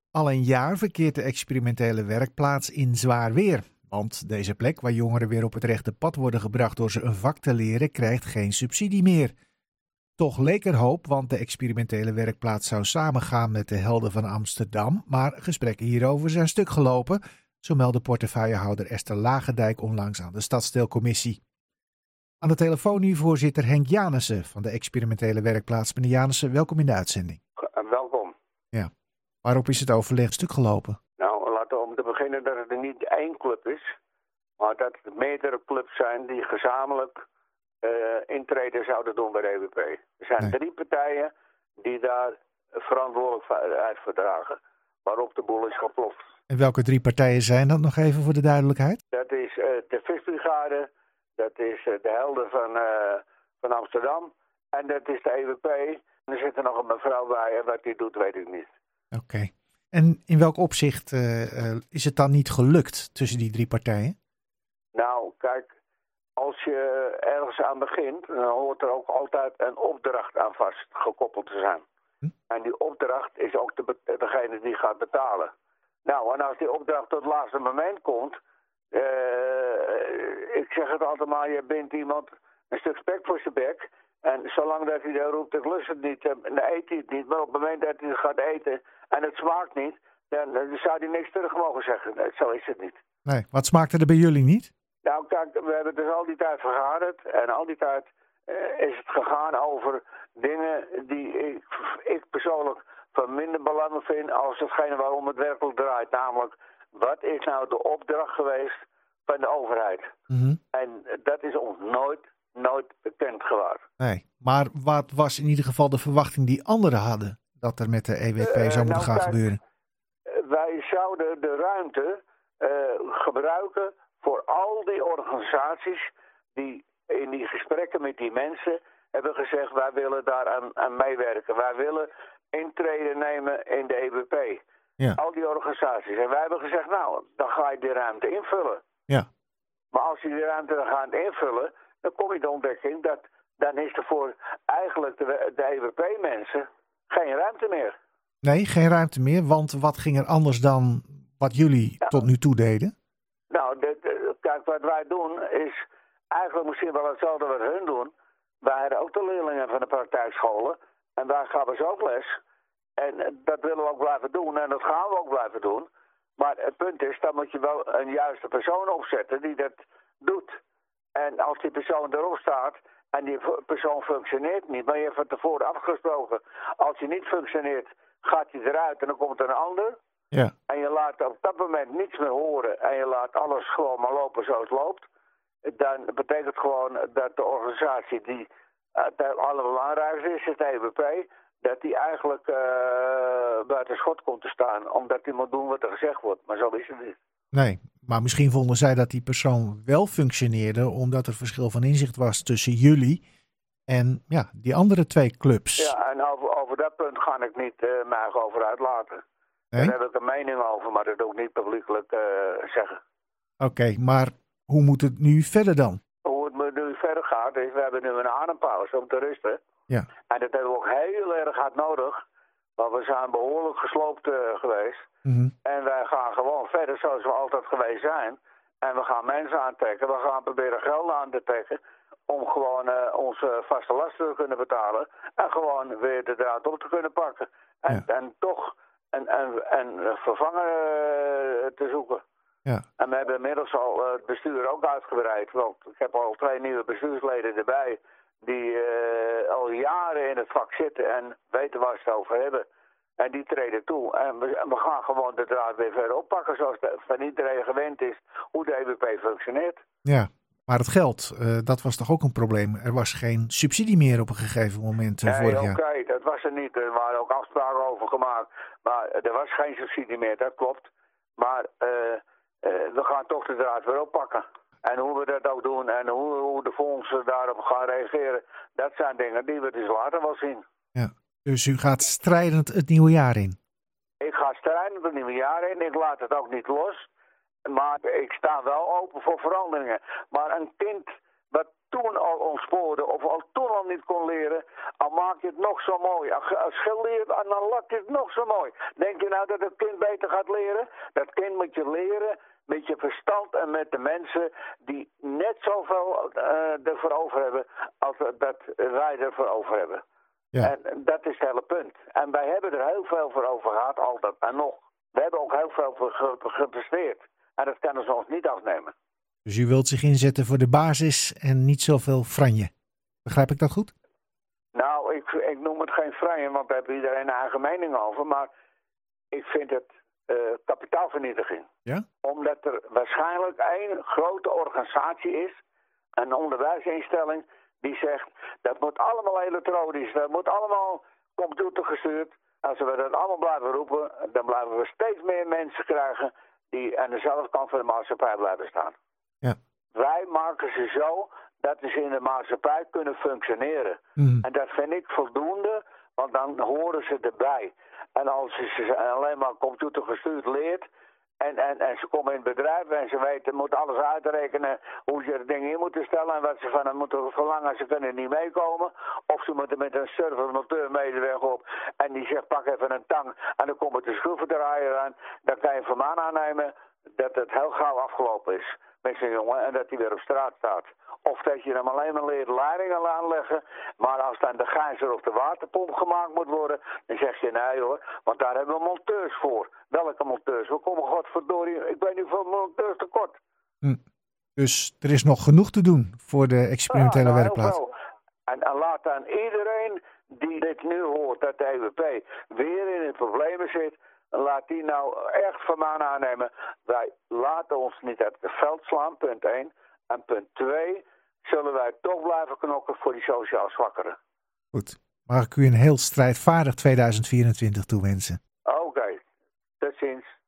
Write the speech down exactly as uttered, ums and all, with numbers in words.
Al een jaar verkeert de experimentele werkplaats in zwaar weer. Want deze plek, waar jongeren weer op het rechte pad worden gebracht door ze een vak te leren, krijgt geen subsidie meer. Toch leek er hoop, want de experimentele werkplaats zou samengaan met de Helden van Amsterdam. Maar gesprekken hierover zijn stuk gelopen, zo meldde portefeuillehouder Esther Lagendijk onlangs aan de Stadsdeelcommissie. Aan de telefoon nu voorzitter Henk Janissen van de experimentele werkplaats. Meneer Janissen, welkom in de uitzending. Welkom. Ja. Waarop is het overleg stuk gelopen? Nou, laten we om te beginnen dat het er niet één club is, maar dat het meerdere clubs zijn die gezamenlijk uh, intreden zouden doen bij de E W P. Er zijn nee. drie partijen die daar verantwoordelijkheid voor dragen, waarop de boel is geploft. En welke drie partijen zijn dat nog even voor de duidelijkheid? Dat is uh, de Visbrigade, dat is uh, de Helden van, uh, van Amsterdam en dat is de E W P. En er zit er nog een mevrouw bij en wat die doet weet ik niet. Oké. Okay. En in welk opzicht uh, uh, is het dan niet gelukt tussen die drie partijen? Nou, kijk, als je ergens aan begint, dan hoort er ook altijd een opdracht aan vast gekoppeld te zijn. Hm? En die opdracht is ook de, degene die gaat betalen. Nou, en als die opdracht tot het laatste moment komt, uh, ik zeg het altijd maar, je bindt iemand een stuk spek voor zijn bek. En zolang dat hij daar roept, ik lust het niet, dan eet hij het niet. Maar op het moment dat hij het gaat eten en het smaakt niet, dan, dan zou hij niks terug mogen zeggen. Nee, zo is het niet. Nee, wat smaakte er bij jullie niet? Nou kijk, we hebben dus al die tijd vergaderd. En al die tijd uh, is het gegaan over dingen die ik, ik persoonlijk van minder belang vind als hetgene waarom het werkelijk draait. Namelijk, wat is nou de opdracht geweest van de overheid? Mm-hmm. En dat is ons nooit... nooit bekend geworden. Nee, maar wat was in ieder geval de verwachting die anderen hadden dat er met de E W P uh, zou moeten nou, gaan kijk, gebeuren? Wij zouden de ruimte uh, gebruiken voor al die organisaties die in die gesprekken met die mensen hebben gezegd, wij willen daaraan aan meewerken. Wij willen intreden nemen in de E W P. Ja. Al die organisaties. En wij hebben gezegd, nou, dan ga je die ruimte invullen. Ja. Maar als je die ruimte dan gaat invullen, dan kom je de ontdekking dat dan is er voor eigenlijk de, de E W P-mensen geen ruimte meer. Nee, geen ruimte meer, want wat ging er anders dan wat jullie ja. tot nu toe deden? Nou, de, de, kijk, wat wij doen is eigenlijk misschien wel hetzelfde wat hun doen. Wij hebben ook de leerlingen van de praktijkscholen en daar gaan ze ook les. En dat willen we ook blijven doen en dat gaan we ook blijven doen. Maar het punt is, dan moet je wel een juiste persoon opzetten die dat doet. En als die persoon erop staat en die persoon functioneert niet, maar je hebt van tevoren afgesproken, als hij niet functioneert, gaat hij eruit en dan komt er een ander. Ja. En je laat op dat moment niets meer horen en je laat alles gewoon maar lopen zoals het loopt. Dan betekent gewoon dat de organisatie die het allerbelangrijkste is, het E W P, dat die eigenlijk uh, buiten schot komt te staan, omdat hij moet doen wat er gezegd wordt. Maar zo is het niet. Nee, maar misschien vonden zij dat die persoon wel functioneerde, omdat er verschil van inzicht was tussen jullie en ja, die andere twee clubs. Ja, en over, over dat punt ga ik niet uh, mij over uitlaten. Nee? Daar heb ik een mening over, maar dat ook niet publiekelijk uh, zeggen. Oké, okay, maar hoe moet het nu verder dan? Hoe het nu verder gaat is, we hebben nu een adempauze om te rusten. Ja. En dat hebben we ook heel erg hard nodig, want we zijn behoorlijk gesloopt uh, geweest. Mm-hmm. En wij gaan gewoon verder zoals we altijd geweest zijn. En we gaan mensen aantrekken. We gaan proberen geld aan te trekken om gewoon uh, onze vaste lasten te kunnen betalen. En gewoon weer de draad op te kunnen pakken. En, ja. en toch een, een, een vervanger uh, te zoeken. Ja. En we hebben inmiddels al uh, het bestuur ook uitgebreid. Want ik heb al twee nieuwe bestuursleden erbij die uh, al jaren in het vak zitten en weten waar ze het over hebben. En die treden toe. En we, en we gaan gewoon de draad weer verder oppakken zoals de, van iedereen gewend is hoe de E W P functioneert. Ja, maar het geld, uh, dat was toch ook een probleem? Er was geen subsidie meer op een gegeven moment uh, nee, vorig jaar. jaar. Oké, okay, dat was er niet. Er waren ook afspraken over gemaakt. Maar er was geen subsidie meer, dat klopt. Maar uh, uh, we gaan toch de draad weer oppakken. En hoe we dat ook doen en hoe, hoe de fondsen daarop gaan reageren, dat zijn dingen die we dus later wel zien. Ja. Dus u gaat strijdend het nieuwe jaar in? Ik ga strijdend het nieuwe jaar in. Ik laat het ook niet los. Maar ik sta wel open voor veranderingen. Maar een kind wat toen al ontspoorde of al toen toen al niet kon leren, al maak je het nog zo mooi. Als je leert, dan laat je het nog zo mooi. Denk je nou dat het kind beter gaat leren? Dat kind moet je leren met je verstand en met de mensen die net zoveel uh, ervoor over hebben als dat wij ervoor over hebben. Ja. En dat is het hele punt. En wij hebben er heel veel voor over gehad, altijd en nog. We hebben ook heel veel voor gepresteerd. En dat kunnen ze ons niet afnemen. Dus u wilt zich inzetten voor de basis en niet zoveel franje. Begrijp ik dat goed? Nou, ik, ik noem het geen franje, want daar heeft iedereen een eigen mening over. Maar ik vind het uh, kapitaalvernietiging. Ja? Omdat er waarschijnlijk één grote organisatie is, een onderwijsinstelling, die zegt, dat moet allemaal elektronisch, dat moet allemaal computergestuurd. Als we dat allemaal blijven roepen, dan blijven we steeds meer mensen krijgen die aan dezelfde kant van de maatschappij blijven staan. Ja. Wij maken ze zo dat ze in de maatschappij kunnen functioneren. Mm. En dat vind ik voldoende, want dan horen ze erbij. En als ze alleen maar computergestuurd leert en, en, en ze komen in het bedrijf en ze weten, moeten alles uitrekenen hoe ze de dingen in moeten stellen en wat ze van hen moeten verlangen, ze kunnen niet meekomen. Of ze moeten met een servermonteur mee de weg op en die zegt pak even een tang en dan komt de schroevendraaier aan. Dan kan je van aan aannemen dat het heel gauw afgelopen is met zijn jongen en dat hij weer op straat staat. Of dat je hem alleen maar leert leidingen aanleggen, maar als dan de gijzer of de waterpomp gemaakt moet worden, dan zeg je nee hoor, want daar hebben we monteurs voor. Welke monteurs? We komen godverdorie, ik weet niet hoeveel monteurs tekort. Hm. Dus er is nog genoeg te doen voor de experimentele ja, nou, werkplaats. En, en laat dan iedereen die dit nu hoort, dat de E W P weer in de problemen zit, laat die nou echt van mij aannemen. Wij laten ons niet uit het veld slaan, punt één. En punt twee, zullen wij toch blijven knokken voor die sociaal zwakkeren. Goed. Mag ik u een heel strijdvaardig tweeduizend vierentwintig toewensen? Oké. Okay. Tot ziens.